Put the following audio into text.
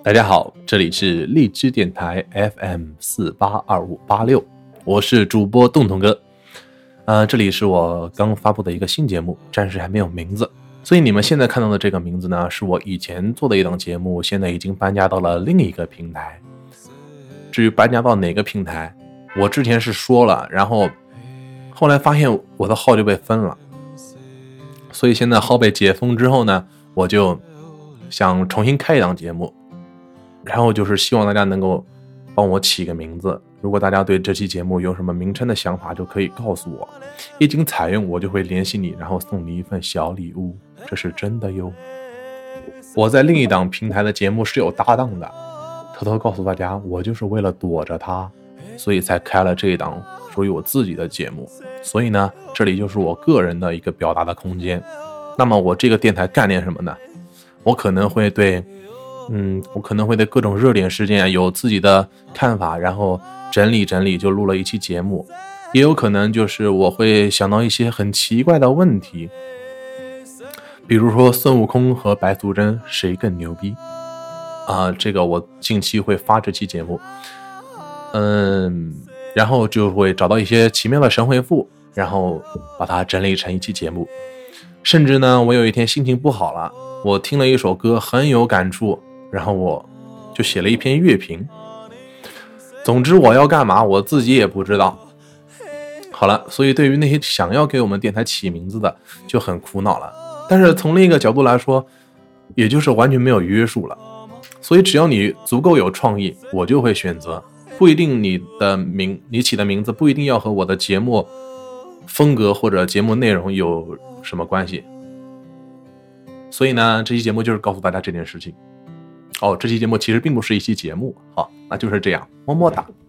大家好，这里是荔枝电台 FM482586，我是主播洞洞哥。这里是我刚发布的一个新节目，暂时还没有名字，所以你们现在看到的这个名字呢，是我以前做的一档节目，现在已经搬家到了另一个平台。至于搬家到哪个平台，我之前是说了，然后后来发现我的号就被分了，所以现在号被解封之后呢，我就想重新开一档节目，然后就是希望大家能够帮我起个名字，如果大家对这期节目有什么名称的想法，就可以告诉我，一经采用我就会联系你，然后送你一份小礼物，这是真的哟。我在另一档平台的节目是有搭档的，偷偷告诉大家，我就是为了躲着他，所以才开了这一档属于我自己的节目，所以呢，这里就是我个人的一个表达的空间。那么我这个电台干点什么呢？我可能会对各种热点事件有自己的看法，然后整理整理就录了一期节目。也有可能就是我会想到一些很奇怪的问题，比如说孙悟空和白素贞谁更牛逼这个我近期会发这期节目。然后就会找到一些奇妙的神回复，然后把它整理成一期节目。甚至呢，我有一天心情不好了，我听了一首歌很有感触，然后我就写了一篇乐评。总之我要干嘛我自己也不知道。好了，所以对于那些想要给我们电台起名字的就很苦恼了，但是从另一个角度来说，也就是完全没有约束了。所以只要你足够有创意，我就会选择，不一定你起的名字不一定要和我的节目风格或者节目内容有什么关系。所以呢，这期节目就是告诉大家这件事情。这期节目其实并不是一期节目。好，那就是这样，么么哒。